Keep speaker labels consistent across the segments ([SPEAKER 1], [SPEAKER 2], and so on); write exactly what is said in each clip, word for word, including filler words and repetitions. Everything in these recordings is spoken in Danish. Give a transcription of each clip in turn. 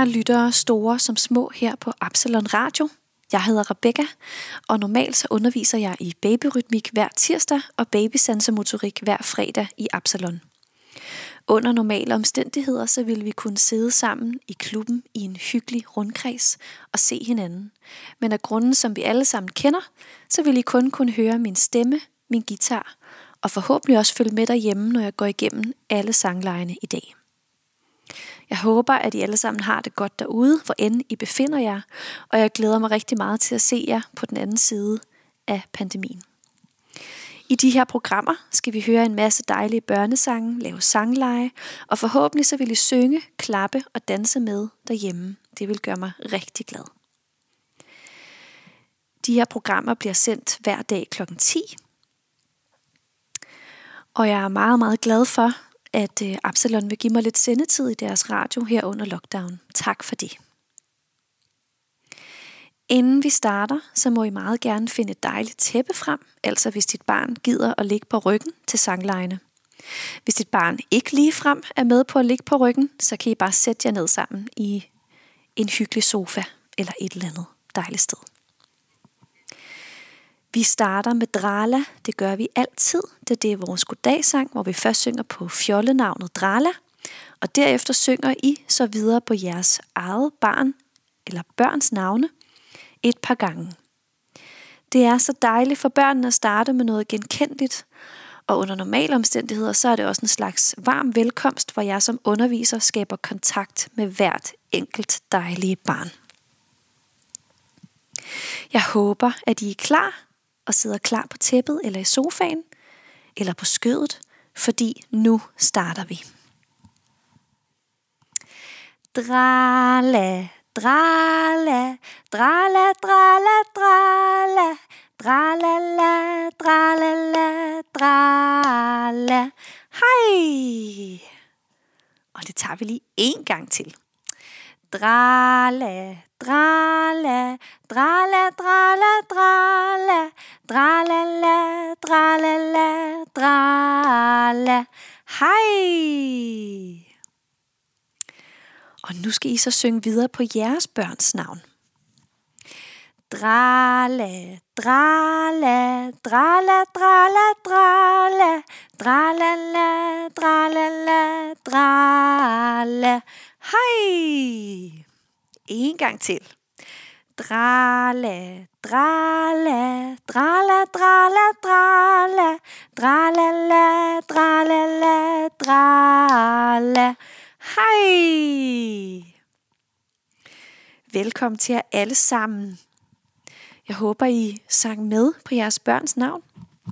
[SPEAKER 1] kære lyttere, store som små her på Absalon Radio. Jeg hedder Rebecca, og normalt så underviser jeg i babyrytmik hver tirsdag og babysansemotorik hver fredag i Absalon. Under normale omstændigheder, så ville vi kunne sidde sammen i klubben i en hyggelig rundkreds og se hinanden. Men af grunden, som vi alle sammen kender, så vil I kun kunne høre min stemme, min guitar og forhåbentlig også følge med derhjemme, når jeg går igennem alle sanglejene i dag. Jeg håber, at I alle sammen har det godt derude, hvor end I befinder jer, og jeg glæder mig rigtig meget til at se jer på den anden side af pandemien. I de her programmer skal vi høre en masse dejlige børnesange, lave sangleje, og forhåbentlig så vil I synge, klappe og danse med derhjemme. Det vil gøre mig rigtig glad. De her programmer bliver sendt hver dag klokken ti, og jeg er meget, meget glad for, at Absalon vil give mig lidt sendetid i deres radio her under lockdown. Tak for det. Inden vi starter, så må I meget gerne finde et dejligt tæppe frem, altså hvis dit barn gider at ligge på ryggen til sanglejene. Hvis dit barn ikke lige frem er med på at ligge på ryggen, så kan I bare sætte jer ned sammen i en hyggelig sofa eller et eller andet dejligt sted. Vi starter med Drala, det gør vi altid, da det er vores goddagsang, hvor vi først synger på fjollenavnet Drala, og derefter synger I så videre på jeres eget barn eller børns navne et par gange. Det er så dejligt for børnene at starte med noget genkendeligt, og under normale omstændigheder, så er det også en slags varm velkomst, hvor jeg som underviser skaber kontakt med hvert enkelt dejlige barn. Jeg håber, at I er klar og sidder klar på tæppet eller i sofaen eller på skødet, fordi nu starter vi. Drala, drala, drala, drala, drala, dralala, dralala, drala. Hej! Og det tager vi lige en gang til. Drala, drala, drala, drala, drala, dralala, dralala, drala. Hej! Og nu skal I så synge videre på jeres børns navn. Drala, drala, drala, drala, drala, dralala, dralala, drala. Hej! En gang til. Drala, drala, drala, drala, drala, dralala, dralala, drala. Hej! Velkommen til jer alle sammen. Jeg håber, I sang med på jeres børns navn.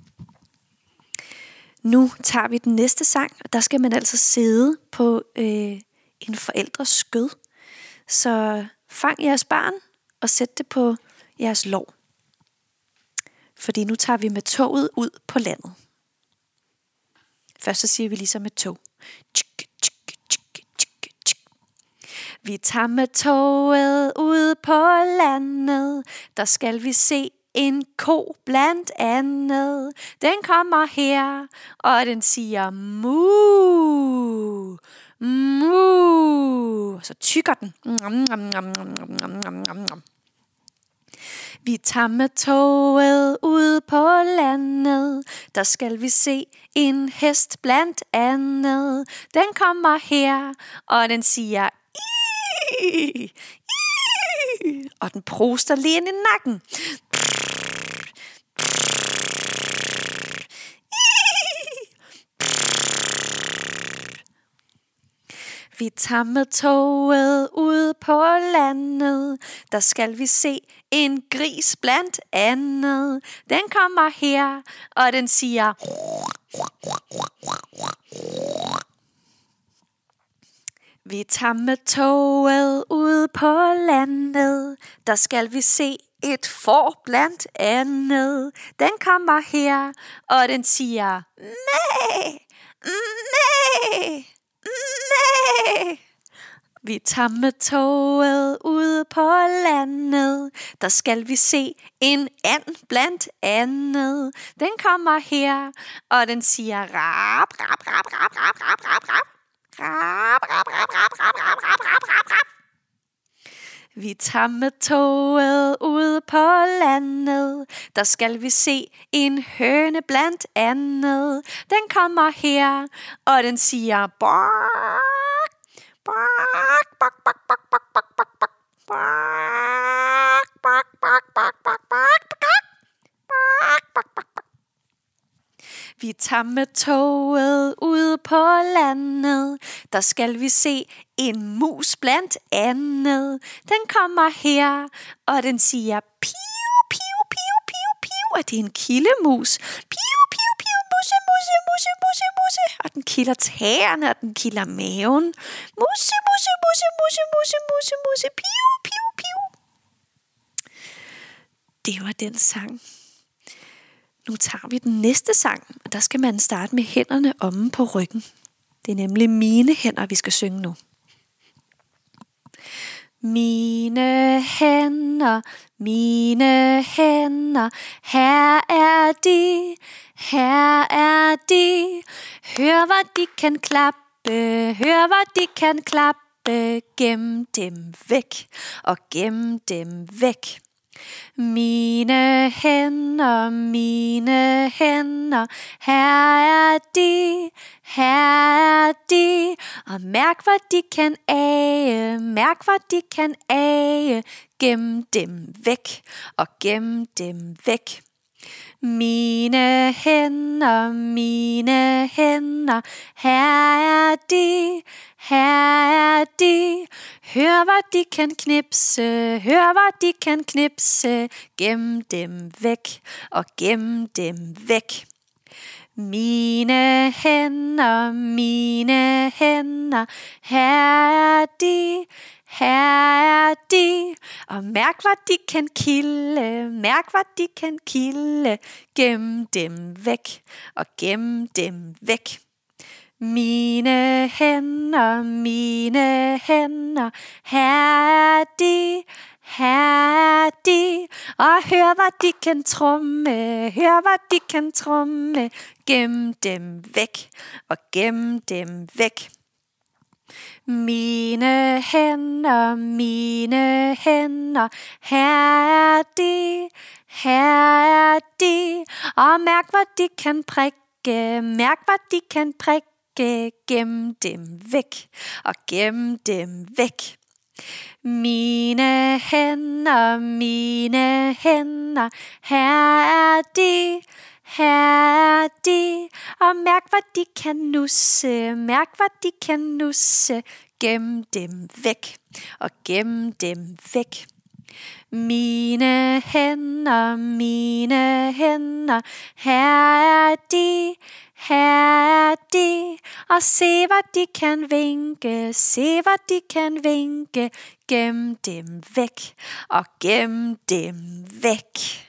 [SPEAKER 1] Nu tager vi den næste sang, og der skal man altså sidde på øh, en forældres skød. Så fang jeres barn og sæt det på jeres lår. Fordi nu tager vi med toget ud på landet. Først så siger vi ligesom et tog. Vi tager med toget ud på landet, der skal vi se en ko blandt andet. Den kommer her, og den siger mu, mu. Så tykker den. Vi tager med toget ud på landet, der skal vi se en hest blandt andet. Den kommer her, og den siger I, I, og den proster lige ind i nakken. Vi tager med toget ud på landet, der skal vi se en gris blandt andet. Den kommer her, og den siger vi tager med toget ud på landet, der skal vi se et får blandt andet. Den kommer her, og den siger mæ, mæ, mæ. Vi tager med toget ud på landet, der skal vi se en and blandt andet. Den kommer her, og den siger rap, rap, rap, rap, rap, rap, rap, rap. Rap, rap, rap, rap, rap, rap, rap, rap, rap, rap. Vi tager med toget ude på landet. Der skal vi se en høne blandt andet. Den kommer her, og den siger bark, bark, bark, bark, bark, bark, bark, bark, bark, bark, bark, bark, bark, bark, bark, bark, bark, bark. Vi tager med toget ude på landet. Der skal vi se en mus blandt andet. Den kommer her, og den siger piu, piu, piu, piu, piu. Og det er en kildemus. Piu, piu, piu, musse, musse, musse, musse, musse. Og den kilder tæerne, og den kilder maven. Musse, musse, musse, musse, musse, musse, musse, piu, piu, piu. Det var den sang. Nu tager vi den næste sang, og der skal man starte med hænderne omme på ryggen. Det er nemlig mine hænder, vi skal synge nu. Mine hænder, mine hænder, her er de, her er de. Hør, hvad de kan klappe, hør, hvad de kan klappe. Gem dem væk, og gem dem væk. Mine hænder, mine hænder, her er de, her er de. Og mærk, hvad de kan age, mærk, hvad de kan age. Gem dem væk, og gem dem væk. Mine hænder, mine hænder, her er de, her er de. Hør, hvad de kan knipse, hør, hvad de kan knipse. Gem dem væk, og gem dem væk. Mine hænder, mine hænder, her er de, her er de. Og mærk, hvad de kan kilde, mærk, hvad de kan kilde. Gem dem væk, og gem dem væk. Mine hænder, mine hænder, her er de, her er de. Og hør, hvad de kan tromme, hør, hvad de kan tromme. Gem dem væk, og gem dem væk. Mine hænder, mine hænder, her er de, her er de. Og mærk, hvad de kan prikke, mærk, hvad de kan prikke. Gem dem væk, og gem dem væk. Mine hænder, mine hænder, her er de, her er de. Og mærk, hvad de kan nusse, mærk, hvad de kan nusse. Gem dem væk, og gem dem væk. Mine hænder, mine hænder, her er de, her er de. Og se, hvad de kan vinke, se, hvad de kan vinke. Gem dem væk, og gem dem væk.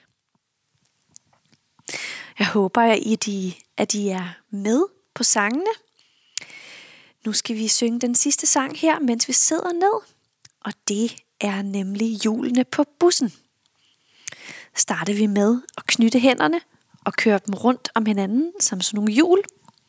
[SPEAKER 1] Jeg håber, at I, at I er med på sangene. Nu skal vi synge den sidste sang her, mens vi sidder ned. Og det er nemlig hjulene på bussen. Starter vi med at knytte hænderne og køre dem rundt om hinanden som sådan nogle hjul.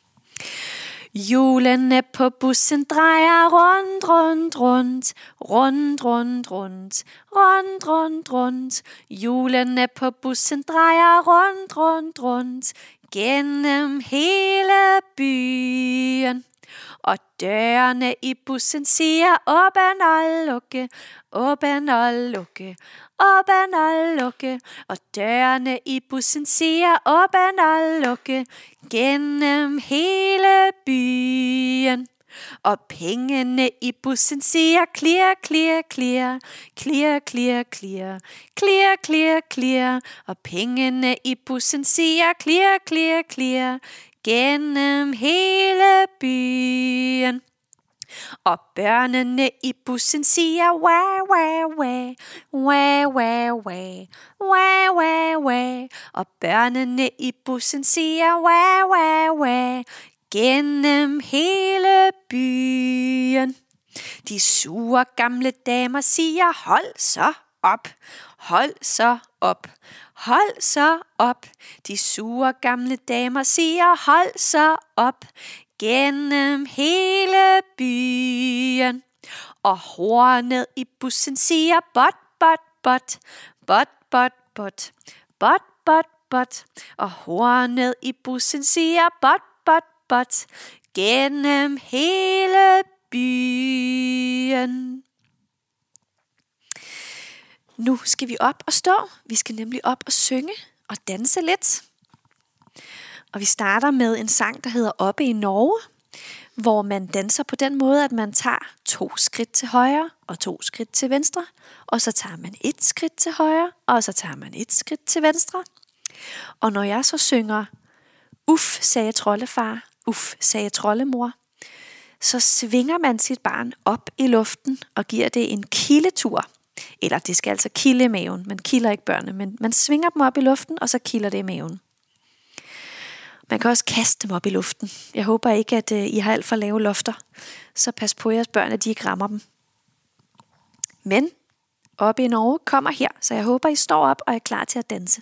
[SPEAKER 1] Hjulene på bussen drejer rundt, rundt, rundt, rundt, rundt, rundt, rundt, rundt, rundt. Hjulene på bussen drejer rundt, rundt, rundt, gennem hele byen. Og dørene i bussen siger åben og lukke, åben og lukke, åben og lukke. Og dørene i bussen siger åben og lukke, gennem hele byen. Og pengene i bussen siger clear, clear, clear, clear, clear, clear, clear, clear, clear. Og pengene i bussen siger clear, clear, clear, gennem hele byen. Og børnene i bussen siger wah, wah, wah, wah, wah, wah, wah, wah, wah. Og børnene i bussen siger wah, wah, wah, gennem hele byen. De sure gamle damer siger hold så op, hold så op, hold så op. De sure gamle damer siger hold så op, gennem hele byen. og hornet i bussen siger bot, bot, bot, bot, bot, bot, bot, bot, bot, og hornet i bussen siger bot, bot, bot, gennem hele byen. Nu skal vi op og stå. Vi skal nemlig op og synge og danse lidt. Og vi starter med en sang, der hedder Oppe i Norge, hvor man danser på den måde, at man tager to skridt til højre og to skridt til venstre, og så tager man et skridt til højre, og så tager man et skridt til venstre. Og når jeg så synger, uff, sagde troldefar, uff, sagde troldemor, så svinger man sit barn op i luften og giver det en kildetur. Eller det skal altså kilde i maven. Man kilder ikke børnene, men man svinger dem op i luften, og så kilder det i maven. Man kan også kaste dem op i luften. Jeg håber ikke, at I har alt for lave lofter. Så pas på jeres børn, at de ikke rammer dem. Men oppe i Norge kommer her, så jeg håber, I står op og er klar til at danse.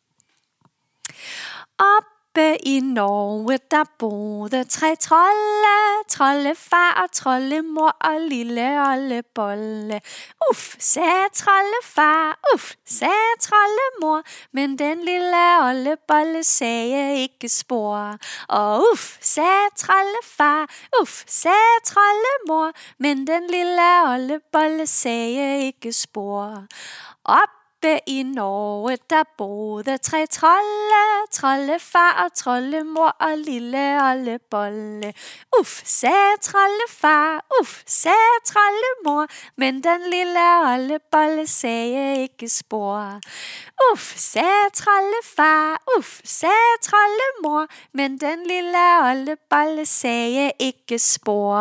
[SPEAKER 1] Oppe i Norge, der boede tre trolde, troldefar og trollemor og lille oldebolle. Uff, sagde troldefar, uff, sagde trollemor, men den lille oldebolle sagde ikke spor. Og uff, sagde troldefar, uff, sagde trollemor, men den lille oldebolle sagde ikke spor. Op Oppe i Norge, der boede tre trolde, troldefar og trollemor og lille oldebolle. Uff, sagde troldefar, uff, sagde trollemor, men den lille oldebolle sagde ikke spor. Uff, sagde troldefar, uff, sagde trollemor, men den lille oldebolle sagde ikke spor.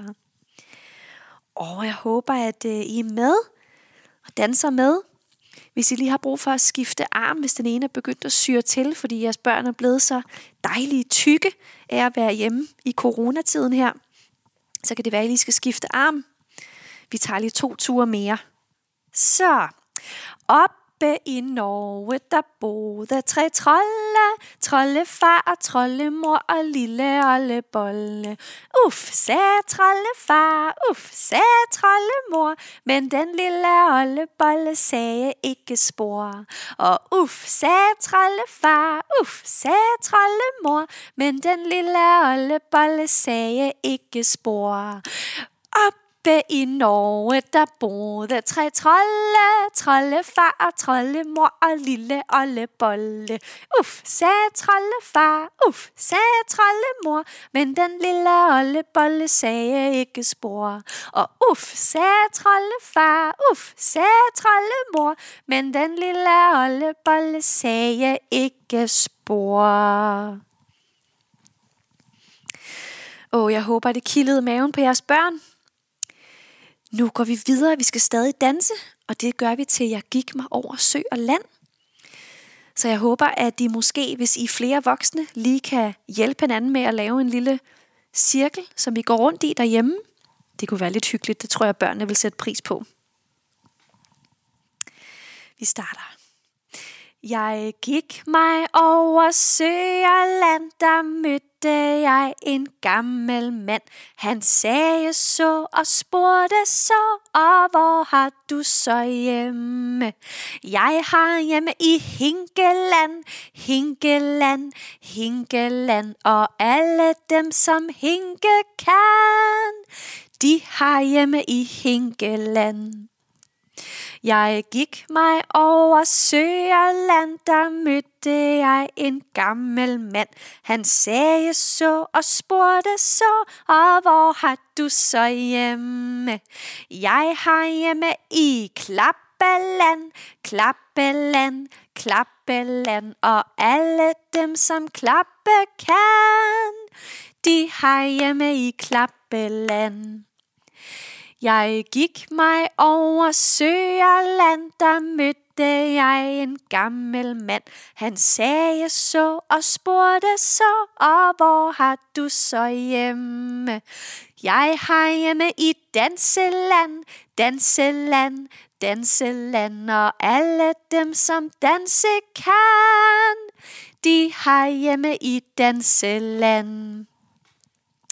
[SPEAKER 1] Og jeg håber, at I er med og danser med. Hvis I lige har brug for at skifte arm, hvis den ene er begyndt at syre til, fordi jeres børn er blevet så dejlige tykke af at være hjemme i coronatiden her, så kan det være, at I lige skal skifte arm. Vi tager lige to ture mere. Så, op i Norge, der boede tre trolde, troldefar og trollemor og lille oldebolle. Uff, sagde troldefar, uff, sagde trollemor, men den lille oldebolle sagde ikke spor. Og uff, sagde troldefar, uff, sagde trollemor, men den lille oldebolle sagde ikke spor. Op Oppe i Norge, der boede tre trolde, troldefar og trollemor og lille oldebolle. Uff, sagde troldefar, uff, sagde trollemor, men den lille oldebolle sagde ikke spor. Og uff, sagde troldefar, uff, sagde trollemor, men den lille oldebolle sagde ikke spor. Åh, jeg håber, det kildede maven på jeres børn. Nu går vi videre, vi skal stadig danse, og det gør vi til jeg gik mig over sø og land. Så jeg håber, at I måske, hvis I er flere voksne, lige kan hjælpe hinanden med at lave en lille cirkel, som vi går rundt i derhjemme. Det kunne være lidt hyggeligt, det tror jeg, børnene vil sætte pris på. Vi starter. Jeg gik mig over sø og land, der mødte jeg en gammel mand. Han sagde så og spurgte så, og hvor har du så hjemme? Jeg har hjemme i Hinkeland, Hinkeland, Hinkeland, og alle dem som hinke kan, de har hjemme i Hinkeland. Jeg gik mig over sø og land, der mødte jeg en gammel mand. Han sagde så og spurgte så, og hvor har du så hjemme? Jeg har hjemme i Klappeland, Klappeland, Klappeland, og alle dem som klappe kan, de har hjemme i Klappeland. Jeg gik mig over sø og land, der mødte jeg en gammel mand. Han sagde så og spurgte så, og hvor har du så hjemme? Jeg har hjemme i Danseland, Danseland, Danseland, og alle dem som danse kan, de har hjemme i Danseland.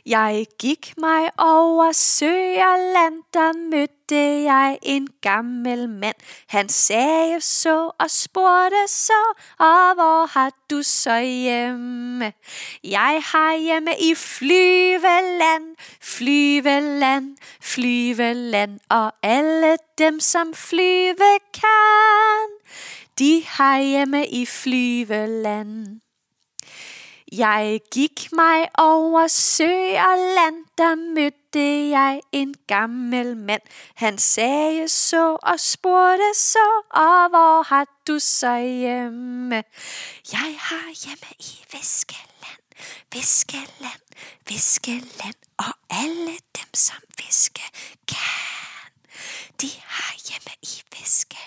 [SPEAKER 1] Jeg gik mig over sø og land, der mødte jeg en gammel mand. Han sagde så og spurgte så, og hvor har du så hjemme? Jeg har hjemme i flyveland, flyveland, flyveland, og alle dem som flyve kan, de har hjemme i flyveland. Jeg gik mig over sø og land, der mødte jeg en gammel mand. Han sagde så og spurgte så, og hvor har du så hjemme? Jeg har hjemme i Viskeland, Viskeland, Viskeland, og alle dem som viske kan, de har hjemme i Viskeland.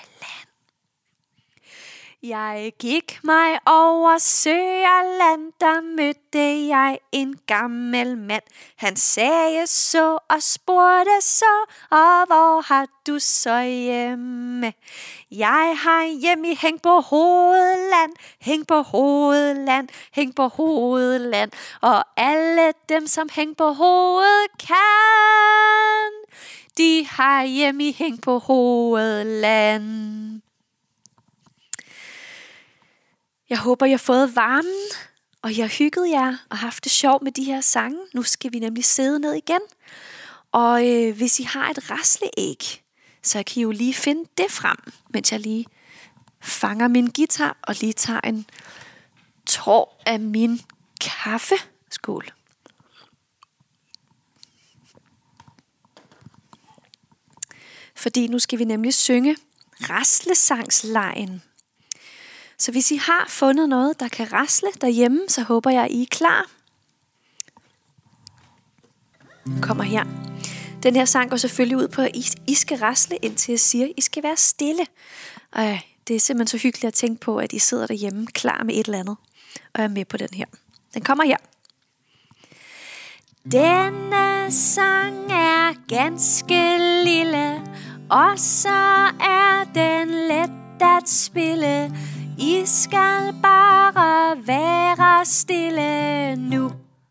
[SPEAKER 1] Jeg gik mig over sø og land, der mødte jeg en gammel mand. Han sagde så og spurgte så, og hvor har du så hjemme? Jeg har hjemme i Hæng på Hovedland, Hæng på Hovedland, Hæng på Hovedland, og alle dem som Hæng på Hovedet kan, de har hjemme i Hæng på Hovedland. Jeg håber, I har fået varmen, og I har hygget jer og haft det sjovt med de her sange. Nu skal vi nemlig sidde ned igen. Og øh, hvis I har et rasleæg, så kan I jo lige finde det frem, mens jeg lige fanger min guitar og lige tager en tår af min kaffe. Skål. Fordi nu skal vi nemlig synge raslesangslegen. Så hvis I har fundet noget, der kan rasle derhjemme, så håber jeg, I er klar. Kommer her. Den her sang går selvfølgelig ud på, at I, I skal rasle, indtil jeg siger, at I skal være stille. Og det er simpelthen så hyggeligt at tænke på, at I sidder derhjemme klar med et eller andet, og er med på den her. Den kommer her. Denne sang er ganske lille, og så er den let at spille. I skal bare være stille nu.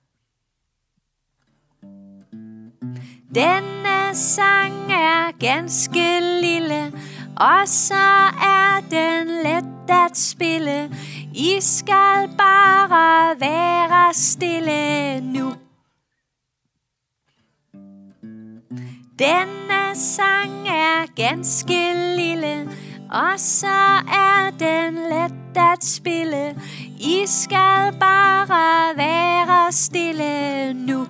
[SPEAKER 1] Denne sang er ganske lille, og så er den let at spille. I skal bare være stille nu. Denne sang er ganske lille, og så er den let at spille. I skal bare være stille nu.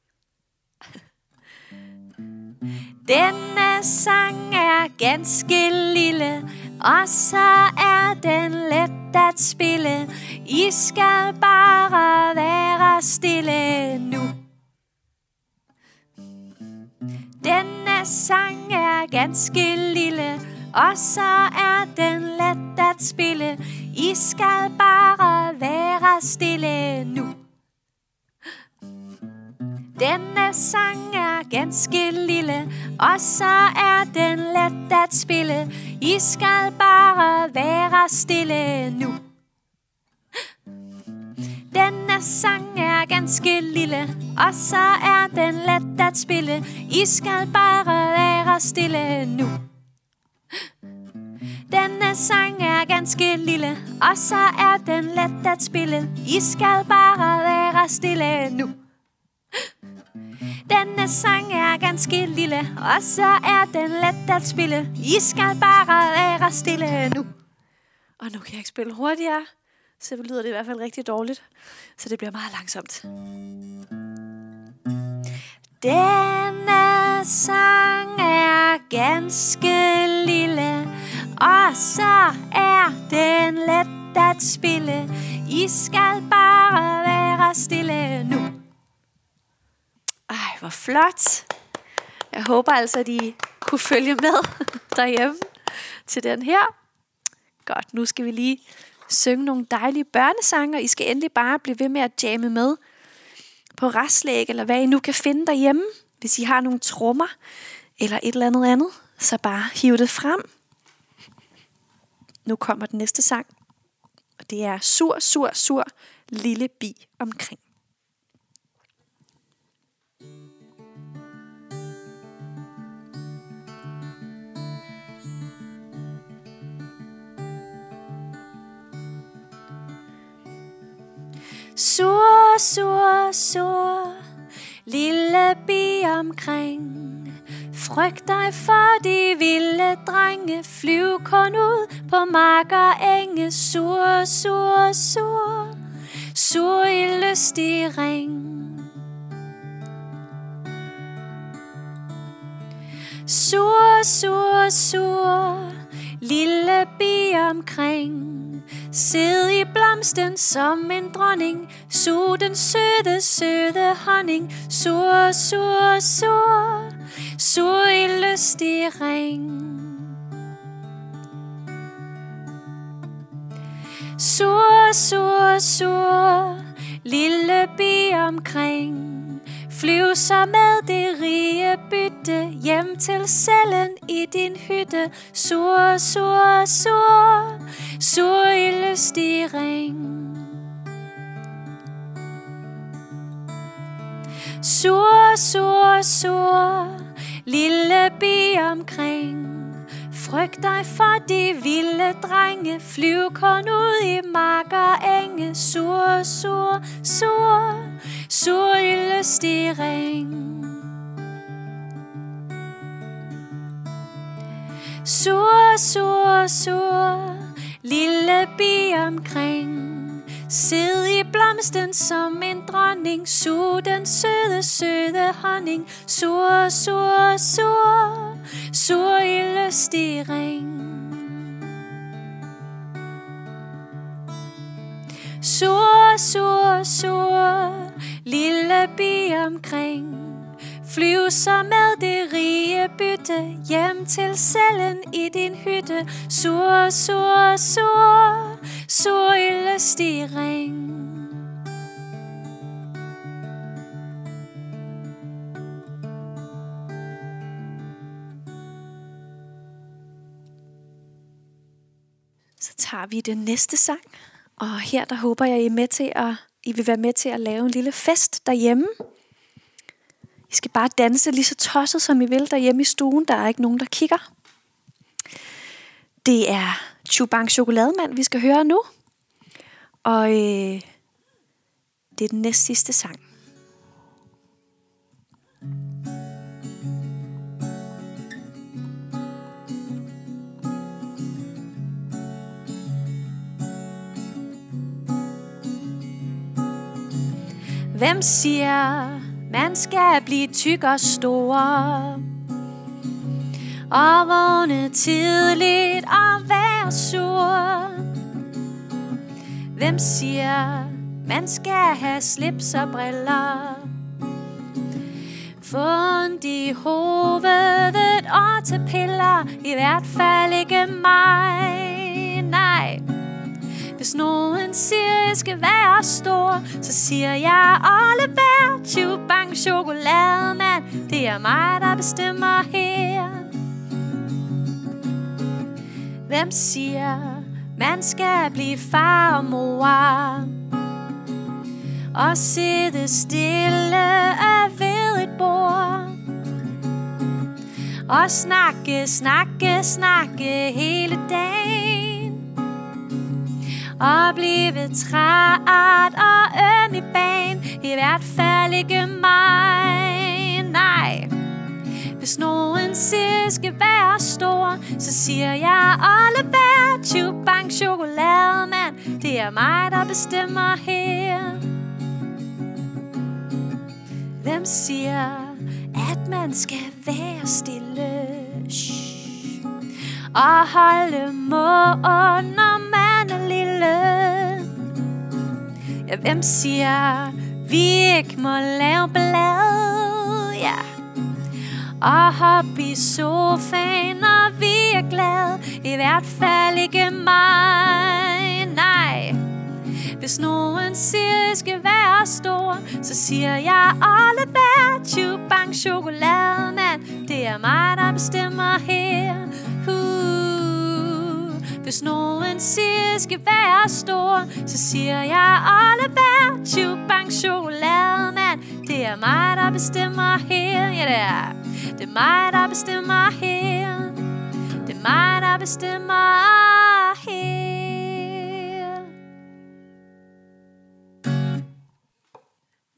[SPEAKER 1] Denne sang er ganske lille, og så er den let at spille. I skal bare være stille nu. Denne sang er ganske lille, og så er den let at spille. I skal bare være stille nu. Denne sang er ganske lille, og så er den let at spille. I skal bare være stille nu. Denne sang er ganske lille, og så er den let at spille. I skal bare være stille nu. Denne sang er ganske lille, og så er den let at spille. I skal bare være stille nu. Denne sang er ganske lille, og så er den let at spille. I skal bare være stille nu. Og nu kan jeg ikke spille hurtigere, så lyder det i hvert fald rigtig dårligt. Så det bliver meget langsomt. Denne sang er ganske lille, og så er den let at spille. I skal bare være stille nu. Ej, hvor flot. Jeg håber altså, at I kunne følge med derhjemme til den her. Godt, nu skal vi lige synge nogle dejlige børnesange, og I skal endelig bare blive ved med at jamme med på raslæg, eller hvad I nu kan finde derhjemme. Hvis I har nogle trommer, eller et eller andet andet, så bare hiv det frem. Nu kommer den næste sang, og det er Sur, sur, sur, lille bi omkring. Sur, sur, sur, lille bi omkring. Frygt dig for de vilde drenge, flyv kun ud på mark og enge. Sur, sur, sur, sur i lystig ring. Sur, sur, sur, lille bi omkring. Sid i blomsten som en dronning, sug den søde, søde honning. Sur, sur, sur, sur i lystig ring. Sur, sur, sur, lille bi omkring. Flyv så med det rige bytte hjem til cellen i din hytte. Sur, sur, sur, sur i lystig ring. Sur, sur, sur, lille bi omkring. Frygt dig for de vilde drenge, flyv kun ud i mark og enge. Sur, sur, sur, sur i lystig ring. Sur, sur, sur, lille bi omkring. Sid i blomsten som en dronning, sug den søde, søde honning. Sur, sur, sur, sur i lystig ring. Sur, sur, sur, lille bi omkring. Flyv så med det rige bytte hjem til cellen i din hytte. Sur, sur, sur, sur i lystig ring. Så tager vi den næste sang, og her der håber jeg, I er med til at, I vil være med til at lave en lille fest derhjemme. I skal bare danse lige så tosset, som I vil derhjemme i stuen. Der er ikke nogen, der kigger. Det er Chubang Chokolademand, vi skal høre nu. Og øh, det er den næst sidste sang. Hvem siger, man skal blive tyk og stor og vågne tidligt og være sur? Hvem siger, man skal have slips og briller, få ondt i hovedet og tage piller? I hvert fald ikke mig, nej. Hvis nogen siger, jeg skal være stor, så siger jeg, Oliver, Chubang Chokolademand. Det er mig, der bestemmer her. Hvem siger, man skal blive far og mor og sidde stille ved et bord og snakke, snakke, snakke hele dagen og blive træt og øm i bagen? I hvert fald ikke mig, nej. Hvis nogen siger, jeg skal være stor, så siger jeg, Oliver, Chubang Chokolademand. Det er mig, der bestemmer her. Hvem siger, at man skal være stille, shh, og holde mund, når man er lille? Ja, hvem siger, vi ikke må lave ballade, ja, og hoppe i sofaen, når vi er glade? I hvert fald ikke mig, nej. Hvis nogen siger, jeg skal være stor, så siger jeg, Oliver, Chubang Chokolademand. Det er mig, der bestemmer her. Uh. Hvis nogen siger, jeg skal være stor, så siger jeg, Oliver, Chubang Chokolademand. Det er mig, der bestemmer her. Ja, det er. Det er mig, der bestemmer her. Det er mig, der bestemmer her.